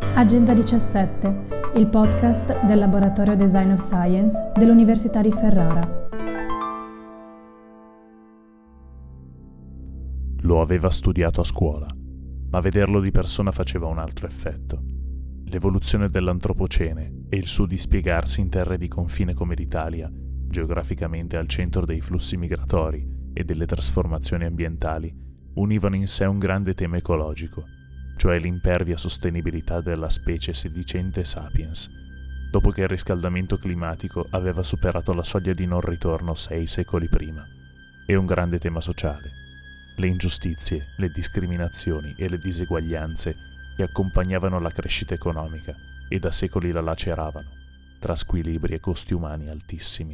Agenda 17, il podcast del Laboratorio Design of Science dell'Università di Ferrara. Lo aveva studiato a scuola, ma vederlo di persona faceva un altro effetto. L'evoluzione dell'antropocene e il suo dispiegarsi in terre di confine come l'Italia, geograficamente al centro dei flussi migratori e delle trasformazioni ambientali, univano in sé un grande tema ecologico, cioè l'impervia sostenibilità della specie sedicente sapiens, dopo che il riscaldamento climatico aveva superato la soglia di non ritorno 6 secoli prima. E un grande tema sociale. Le ingiustizie, le discriminazioni e le diseguaglianze che accompagnavano la crescita economica e da secoli la laceravano, tra squilibri e costi umani altissimi.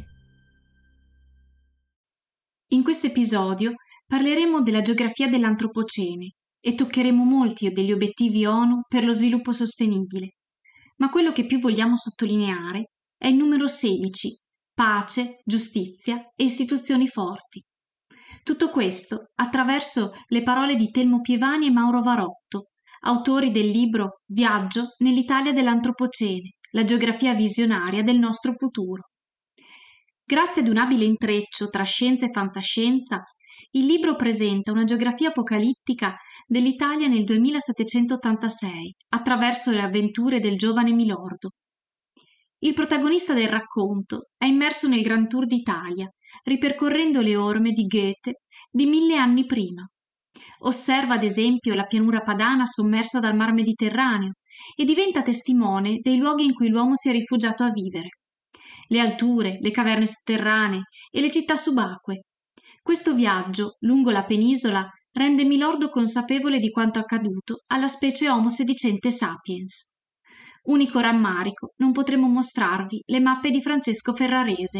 In questo episodio parleremo della geografia dell'Antropocene e toccheremo molti degli obiettivi ONU per lo sviluppo sostenibile. Ma quello che più vogliamo sottolineare è il numero 16, pace, giustizia e istituzioni forti. Tutto questo attraverso le parole di Telmo Pievani e Mauro Varotto, autori del libro Viaggio nell'Italia dell'Antropocene, la geografia visionaria del nostro futuro. Grazie ad un abile intreccio tra scienza e fantascienza, il libro presenta una geografia apocalittica dell'Italia nel 2786, attraverso le avventure del giovane Milordo. Il protagonista del racconto è immerso nel Grand Tour d'Italia, ripercorrendo le orme di Goethe di 1000 anni prima. Osserva ad esempio la pianura padana sommersa dal mar Mediterraneo e diventa testimone dei luoghi in cui l'uomo si è rifugiato a vivere. Le alture, le caverne sotterranee e le città subacquee. Questo viaggio lungo la penisola rende Milordo consapevole di quanto accaduto alla specie Homo sedicente sapiens. Unico rammarico, non potremo mostrarvi le mappe di Francesco Ferrarese.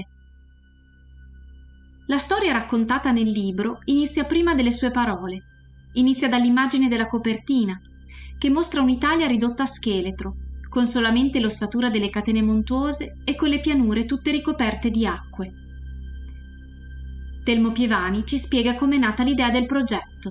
La storia raccontata nel libro inizia prima delle sue parole. Inizia dall'immagine della copertina, che mostra un'Italia ridotta a scheletro, con solamente l'ossatura delle catene montuose e con le pianure tutte ricoperte di acque. Telmo Pievani ci spiega com'è nata l'idea del progetto.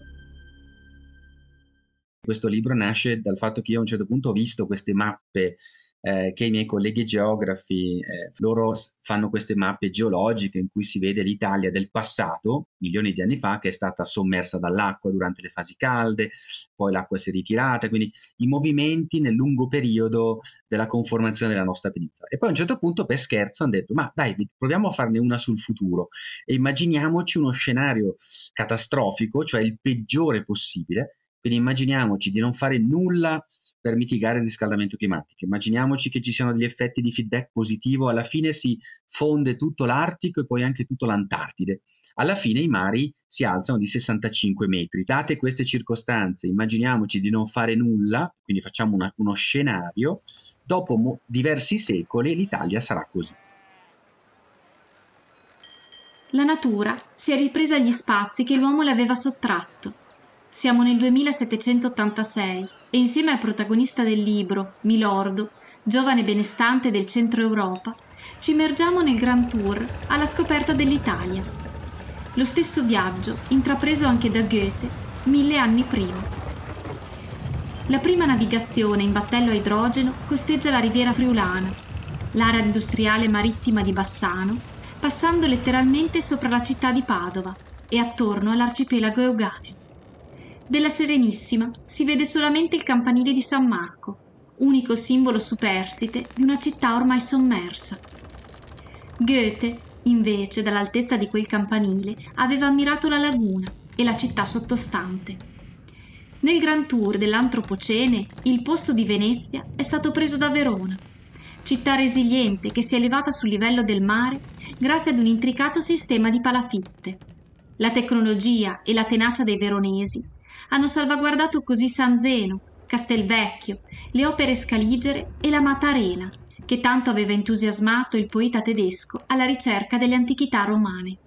Questo libro nasce dal fatto che io a un certo punto ho visto queste mappe che i miei colleghi geografi, loro fanno queste mappe geologiche in cui si vede l'Italia del passato, milioni di anni fa, che è stata sommersa dall'acqua durante le fasi calde, poi l'acqua si è ritirata, quindi i movimenti nel lungo periodo della conformazione della nostra penisola. E poi a un certo punto per scherzo hanno detto, ma dai, proviamo a farne una sul futuro e immaginiamoci uno scenario catastrofico, cioè il peggiore possibile. Quindi immaginiamoci di non fare nulla per mitigare il riscaldamento climatico, immaginiamoci che ci siano degli effetti di feedback positivo, alla fine si fonde tutto l'Artico e poi anche tutto l'Antartide. Alla fine i mari si alzano di 65 metri. Date queste circostanze, immaginiamoci di non fare nulla, quindi facciamo uno scenario, dopo diversi secoli l'Italia sarà così. La natura si è ripresa gli spazi che l'uomo le aveva sottratto. Siamo nel 2786 e insieme al protagonista del libro, Milordo, giovane benestante del centro Europa, ci immergiamo nel Grand Tour alla scoperta dell'Italia. Lo stesso viaggio intrapreso anche da Goethe 1000 anni prima. La prima navigazione in battello a idrogeno costeggia la riviera friulana, l'area industriale marittima di Bassano, passando letteralmente sopra la città di Padova e attorno all'arcipelago euganeo. Della Serenissima si vede solamente il campanile di San Marco, unico simbolo superstite di una città ormai sommersa. Goethe, invece, dall'altezza di quel campanile, aveva ammirato la laguna e la città sottostante. Nel Grand Tour dell'Antropocene, il posto di Venezia è stato preso da Verona, città resiliente che si è elevata sul livello del mare grazie ad un intricato sistema di palafitte. La tecnologia e la tenacia dei veronesi hanno salvaguardato così San Zeno, Castelvecchio, le opere scaligere e la Matarena, che tanto aveva entusiasmato il poeta tedesco alla ricerca delle antichità romane.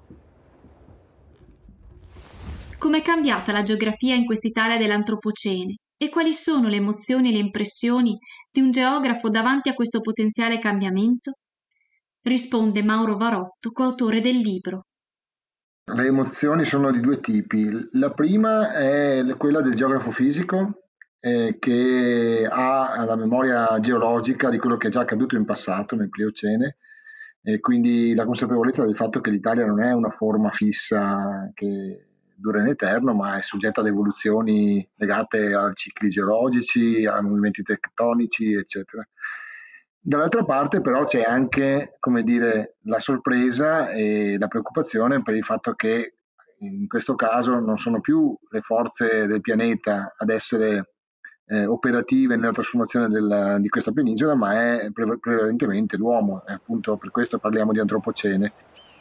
Com'è cambiata la geografia in quest'Italia dell'Antropocene e quali sono le emozioni e le impressioni di un geografo davanti a questo potenziale cambiamento? Risponde Mauro Varotto, coautore del libro. Le emozioni sono di due tipi. La prima è quella del geografo fisico, che ha la memoria geologica di quello che è già accaduto in passato nel Pliocene, e quindi la consapevolezza del fatto che l'Italia non è una forma fissa che dura in eterno, ma è soggetta ad evoluzioni legate a cicli geologici, a movimenti tettonici, eccetera. Dall'altra parte però c'è anche, come dire, la sorpresa e la preoccupazione per il fatto che in questo caso non sono più le forze del pianeta ad essere operative nella trasformazione di questa penisola, ma è prevalentemente l'uomo, e appunto per questo parliamo di antropocene.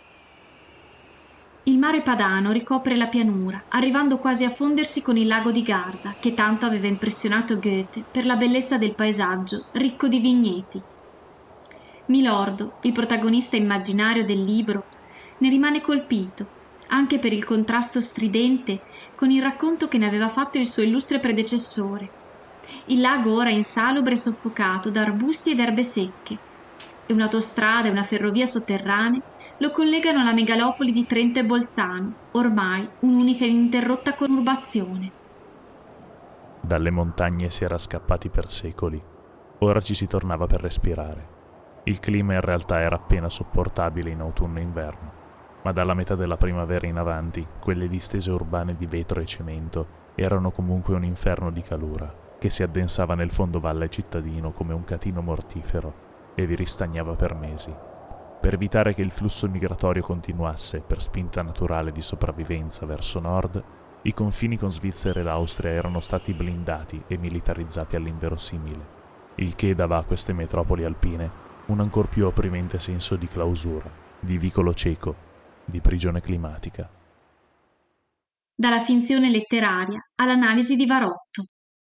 Il mare Padano ricopre la pianura, arrivando quasi a fondersi con il lago di Garda, che tanto aveva impressionato Goethe per la bellezza del paesaggio, ricco di vigneti. Milordo, il protagonista immaginario del libro, ne rimane colpito, anche per il contrasto stridente con il racconto che ne aveva fatto il suo illustre predecessore. Il lago ora è insalubre e soffocato da arbusti ed erbe secche, e un'autostrada e una ferrovia sotterranee lo collegano alla megalopoli di Trento e Bolzano, ormai un'unica e ininterrotta conurbazione. Dalle montagne si era scappati per secoli, ora ci si tornava per respirare. Il clima in realtà era appena sopportabile in autunno e inverno, ma dalla metà della primavera in avanti quelle distese urbane di vetro e cemento erano comunque un inferno di calura che si addensava nel fondovalle cittadino come un catino mortifero e vi ristagnava per mesi. Per evitare che il flusso migratorio continuasse per spinta naturale di sopravvivenza verso nord, i confini con Svizzera ed Austria erano stati blindati e militarizzati all'inverosimile, il che dava a queste metropoli alpine un ancor più opprimente senso di clausura, di vicolo cieco, di prigione climatica. Dalla finzione letteraria all'analisi di Varotto.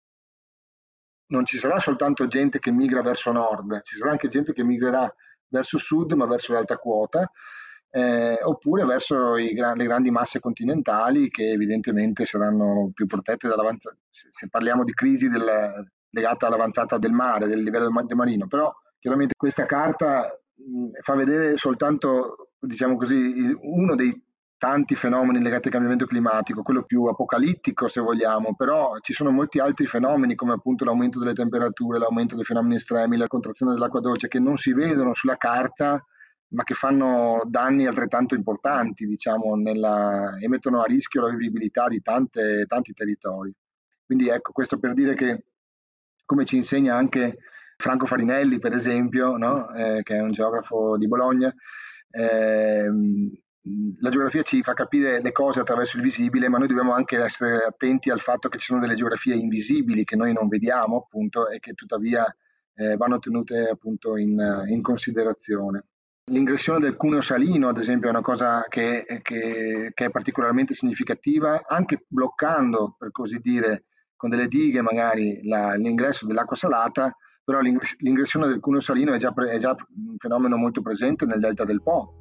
Non ci sarà soltanto gente che migra verso nord, ci sarà anche gente che migrerà verso sud, ma verso l'alta quota, oppure verso le grandi masse continentali che evidentemente saranno più protette dall'avanzata. Se parliamo di crisi legata all'avanzata del mare, del livello del marino, però chiaramente questa carta fa vedere soltanto, diciamo così, uno dei tanti fenomeni legati al cambiamento climatico, quello più apocalittico se vogliamo, però ci sono molti altri fenomeni come appunto l'aumento delle temperature, l'aumento dei fenomeni estremi, la contrazione dell'acqua dolce che non si vedono sulla carta ma che fanno danni altrettanto importanti, diciamo, e mettono a rischio la vivibilità di tanti territori. Quindi ecco, questo per dire che, come ci insegna anche Franco Farinelli, per esempio, no? Che è un geografo di Bologna, la geografia ci fa capire le cose attraverso il visibile, ma noi dobbiamo anche essere attenti al fatto che ci sono delle geografie invisibili che noi non vediamo, appunto, e che tuttavia vanno tenute appunto in considerazione. L'ingressione del cuneo salino, ad esempio, è una cosa che è particolarmente significativa, anche bloccando, per così dire, con delle dighe magari l'ingresso dell'acqua salata, però l'ingressione del cuneo salino è già un fenomeno molto presente nel delta del Po.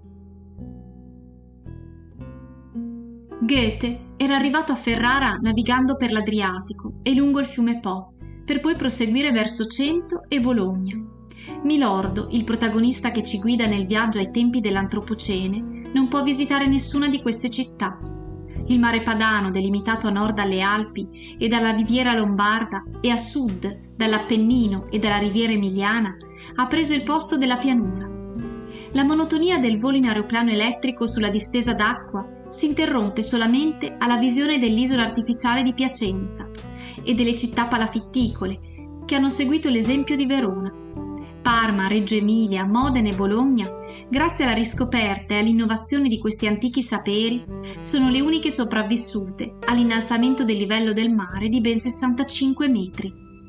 Goethe era arrivato a Ferrara navigando per l'Adriatico e lungo il fiume Po, per poi proseguire verso Cento e Bologna. Milordo, il protagonista che ci guida nel viaggio ai tempi dell'Antropocene, non può visitare nessuna di queste città. Il mare Padano, delimitato a nord dalle Alpi e dalla riviera Lombarda e a sud dall'Appennino e dalla riviera Emiliana, ha preso il posto della pianura. La monotonia del volo in aeroplano elettrico sulla distesa d'acqua si interrompe solamente alla visione dell'isola artificiale di Piacenza e delle città palafitticole che hanno seguito l'esempio di Verona. Parma, Reggio Emilia, Modena e Bologna, grazie alla riscoperta e all'innovazione di questi antichi saperi, sono le uniche sopravvissute all'innalzamento del livello del mare di ben 65 metri.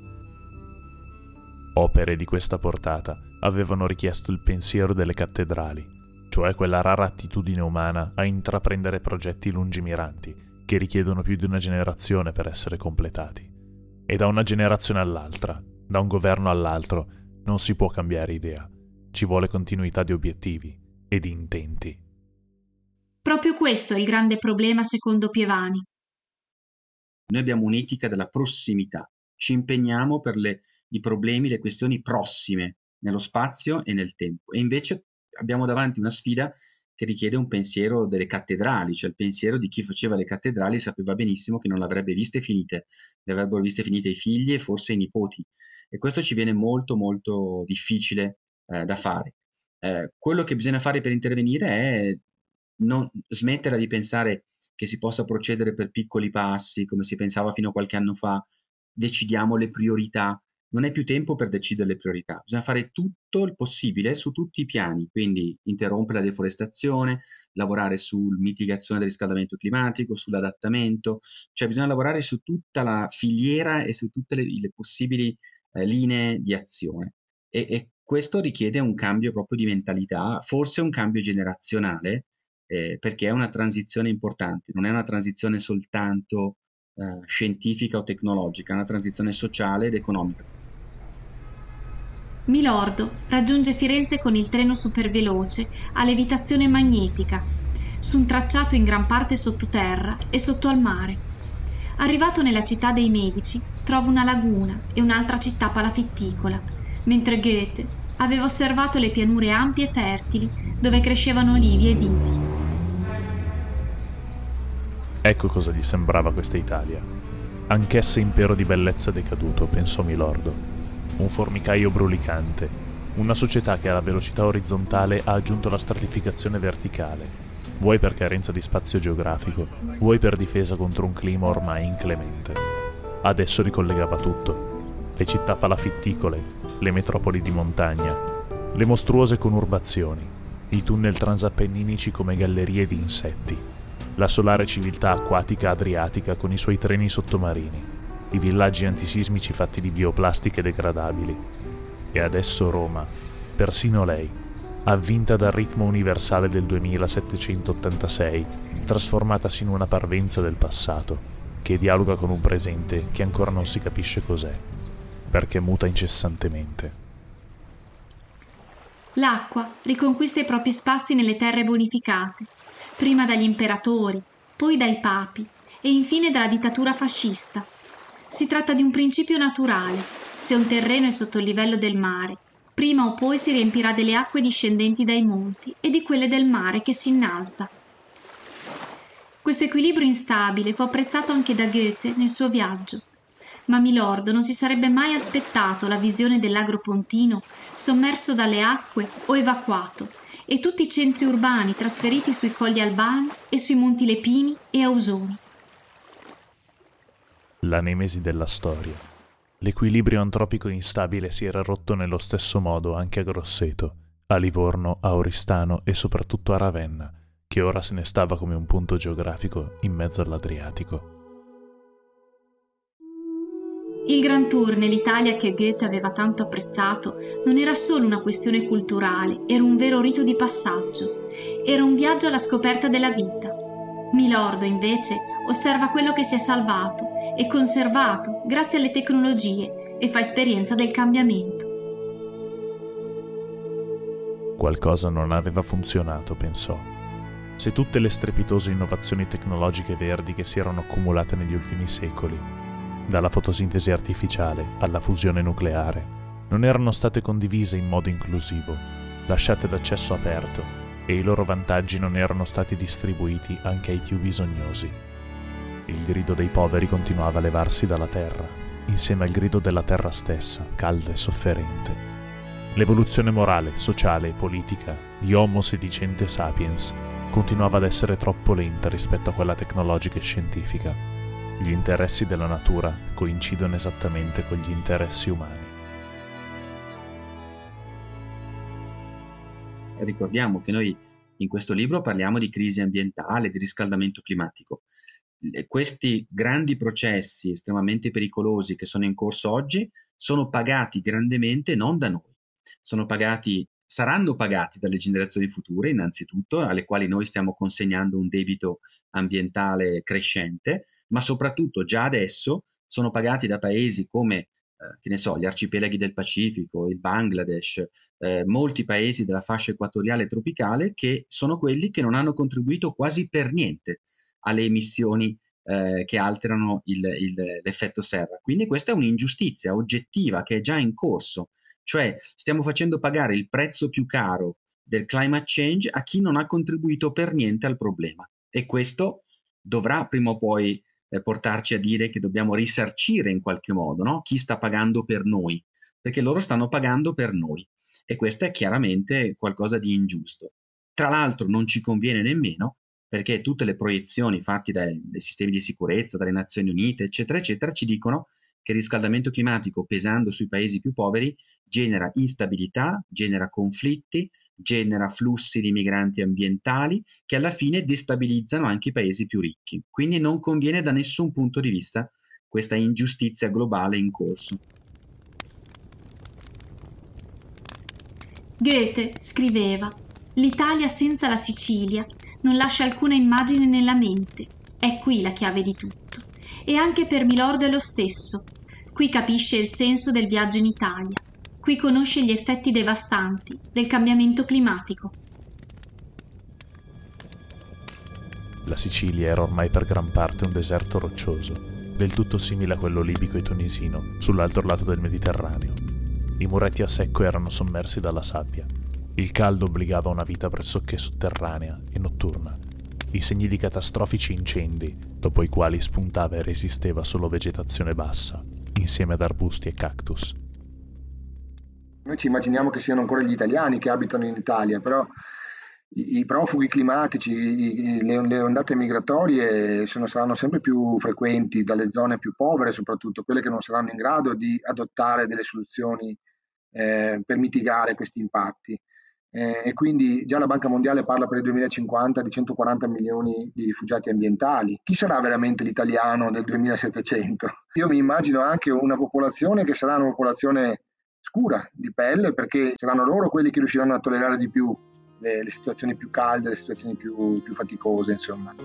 Opere di questa portata avevano richiesto il pensiero delle cattedrali, cioè quella rara attitudine umana a intraprendere progetti lungimiranti che richiedono più di una generazione per essere completati. E da una generazione all'altra, da un governo all'altro, non si può cambiare idea. Ci vuole continuità di obiettivi e di intenti. Proprio questo è il grande problema secondo Pievani. Noi abbiamo un'etica della prossimità. Ci impegniamo per i problemi, le questioni prossime nello spazio e nel tempo. E invece abbiamo davanti una sfida che richiede un pensiero delle cattedrali, cioè il pensiero di chi faceva le cattedrali sapeva benissimo che non le avrebbe viste finite, le avrebbero viste finite i figli e forse i nipoti. E questo ci viene molto molto difficile da fare. Quello che bisogna fare per intervenire è non smetterla di pensare che si possa procedere per piccoli passi, come si pensava fino a qualche anno fa, decidiamo le priorità. Non è più tempo per decidere le priorità, bisogna fare tutto il possibile su tutti i piani, quindi interrompere la deforestazione, lavorare sul mitigazione del riscaldamento climatico, sull'adattamento, cioè bisogna lavorare su tutta la filiera e su tutte le possibili linee di azione. E questo richiede un cambio proprio di mentalità, forse un cambio generazionale, perché è una transizione importante, non è una transizione soltanto scientifica o tecnologica, è una transizione sociale ed economica. Milordo raggiunge Firenze con il treno superveloce a levitazione magnetica, su un tracciato in gran parte sottoterra e sotto al mare. Arrivato nella città dei Medici, trova una laguna e un'altra città palafitticola, mentre Goethe aveva osservato le pianure ampie e fertili dove crescevano olivi e viti. Ecco cosa gli sembrava questa Italia. Anch'essa impero di bellezza decaduto, pensò Milordo. Un formicaio brulicante, una società che alla velocità orizzontale ha aggiunto la stratificazione verticale, vuoi per carenza di spazio geografico, vuoi per difesa contro un clima ormai inclemente. Adesso ricollegava tutto: le città palafitticole, le metropoli di montagna, le mostruose conurbazioni, i tunnel transappenninici come gallerie di insetti, la solare civiltà acquatica adriatica con i suoi treni sottomarini, i villaggi antisismici fatti di bioplastiche degradabili. E adesso Roma, persino lei, avvinta dal ritmo universale del 2786, trasformatasi in una parvenza del passato, che dialoga con un presente che ancora non si capisce cos'è, perché muta incessantemente. L'acqua riconquista i propri spazi nelle terre bonificate, prima dagli imperatori, poi dai papi e infine dalla dittatura fascista. Si tratta di un principio naturale: se un terreno è sotto il livello del mare, prima o poi si riempirà delle acque discendenti dai monti e di quelle del mare che si innalza. Questo equilibrio instabile fu apprezzato anche da Goethe nel suo viaggio, ma Milordo non si sarebbe mai aspettato la visione dell'Agropontino sommerso dalle acque o evacuato, e tutti i centri urbani trasferiti sui colli albani e sui monti Lepini e Ausoni. La nemesi della storia. L'equilibrio antropico instabile si era rotto nello stesso modo anche a Grosseto, a Livorno, a Oristano e soprattutto a Ravenna, che ora se ne stava come un punto geografico in mezzo all'Adriatico. Il Grand Tour nell'Italia che Goethe aveva tanto apprezzato non era solo una questione culturale, era un vero rito di passaggio, era un viaggio alla scoperta della vita. Milordo, invece, osserva quello che si è salvato e conservato grazie alle tecnologie e fa esperienza del cambiamento. Qualcosa non aveva funzionato, pensò. Se tutte le strepitose innovazioni tecnologiche verdi che si erano accumulate negli ultimi secoli, dalla fotosintesi artificiale alla fusione nucleare, non erano state condivise in modo inclusivo, lasciate d'accesso aperto, e i loro vantaggi non erano stati distribuiti anche ai più bisognosi. Il grido dei poveri continuava a levarsi dalla terra, insieme al grido della terra stessa, calda e sofferente. L'evoluzione morale, sociale e politica di Homo sedicente sapiens continuava ad essere troppo lenta rispetto a quella tecnologica e scientifica. Gli interessi della natura coincidono esattamente con gli interessi umani. Ricordiamo che noi in questo libro parliamo di crisi ambientale, di riscaldamento climatico. Questi grandi processi estremamente pericolosi che sono in corso oggi sono pagati grandemente non da noi, saranno pagati dalle generazioni future innanzitutto, alle quali noi stiamo consegnando un debito ambientale crescente, ma soprattutto già adesso sono pagati da paesi come che ne so, gli arcipelaghi del Pacifico, il Bangladesh, molti paesi della fascia equatoriale tropicale, che sono quelli che non hanno contribuito quasi per niente alle emissioni che alterano l'effetto serra. Quindi questa è un'ingiustizia oggettiva che è già in corso, cioè stiamo facendo pagare il prezzo più caro del climate change a chi non ha contribuito per niente al problema. E questo dovrà prima o poi portarci a dire che dobbiamo risarcire in qualche modo, no? Chi sta pagando per noi, perché loro stanno pagando per noi e questo è chiaramente qualcosa di ingiusto. Tra l'altro non ci conviene nemmeno, perché tutte le proiezioni fatte dai sistemi di sicurezza, dalle Nazioni Unite, eccetera, eccetera, ci dicono che il riscaldamento climatico, pesando sui paesi più poveri, genera instabilità, genera conflitti, genera flussi di migranti ambientali che alla fine destabilizzano anche i paesi più ricchi. Quindi non conviene da nessun punto di vista questa ingiustizia globale in corso. Goethe scriveva: «L'Italia senza la Sicilia non lascia alcuna immagine nella mente. È qui la chiave di tutto. E anche per Milordo è lo stesso. Qui capisce il senso del viaggio in Italia. Qui conosce gli effetti devastanti del cambiamento climatico». La Sicilia era ormai per gran parte un deserto roccioso, del tutto simile a quello libico e tunisino, sull'altro lato del Mediterraneo. I muretti a secco erano sommersi dalla sabbia. Il caldo obbligava a una vita pressoché sotterranea e notturna. I segni di catastrofici incendi, dopo i quali spuntava e resisteva solo vegetazione bassa, insieme ad arbusti e cactus. Noi ci immaginiamo che siano ancora gli italiani che abitano in Italia, però i profughi climatici, le ondate migratorie saranno sempre più frequenti dalle zone più povere, soprattutto quelle che non saranno in grado di adottare delle soluzioni per mitigare questi impatti. E quindi già la Banca Mondiale parla per il 2050 di 140 milioni di rifugiati ambientali. Chi sarà veramente l'italiano del 2700? Io mi immagino anche una popolazione che sarà una popolazione scura di pelle, perché saranno loro quelli che riusciranno a tollerare di più le situazioni più calde, le situazioni più faticose, insomma.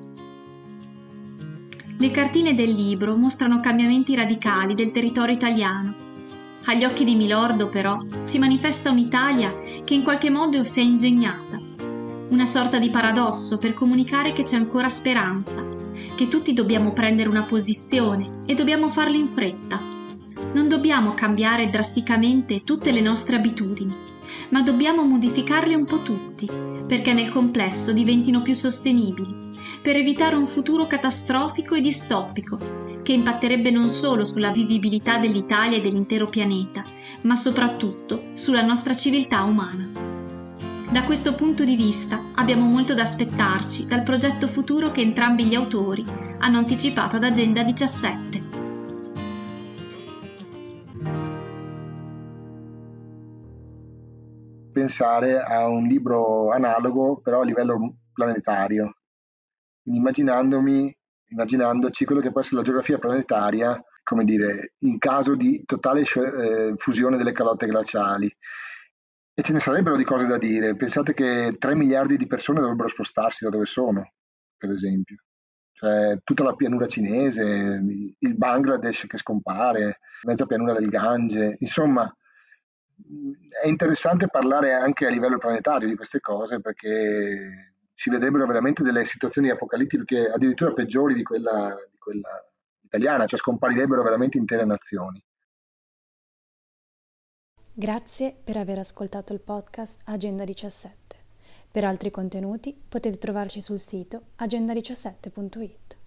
Le cartine del libro mostrano cambiamenti radicali del territorio italiano. Agli occhi di Milordo, però, si manifesta un'Italia che in qualche modo si è ingegnata. Una sorta di paradosso per comunicare che c'è ancora speranza, che tutti dobbiamo prendere una posizione e dobbiamo farlo in fretta. Non dobbiamo cambiare drasticamente tutte le nostre abitudini, ma dobbiamo modificarle un po' tutti, perché nel complesso diventino più sostenibili, per evitare un futuro catastrofico e distopico, che impatterebbe non solo sulla vivibilità dell'Italia e dell'intero pianeta, ma soprattutto sulla nostra civiltà umana. Da questo punto di vista abbiamo molto da aspettarci dal progetto futuro che entrambi gli autori hanno anticipato ad Agenda 17. Pensare a un libro analogo però a livello planetario, quindi immaginandoci quello che può essere la geografia planetaria, come dire, in caso di totale fusione delle calotte glaciali. E ce ne sarebbero di cose da dire. Pensate che 3 miliardi di persone dovrebbero spostarsi da dove sono, per esempio. Cioè, tutta la pianura cinese, il Bangladesh che scompare, mezza pianura del Gange, insomma. È interessante parlare anche a livello planetario di queste cose, perché si vedrebbero veramente delle situazioni apocalittiche addirittura peggiori di quella italiana, cioè scomparirebbero veramente intere nazioni. Grazie per aver ascoltato il podcast Agenda 17. Per altri contenuti potete trovarci sul sito agenda17.it.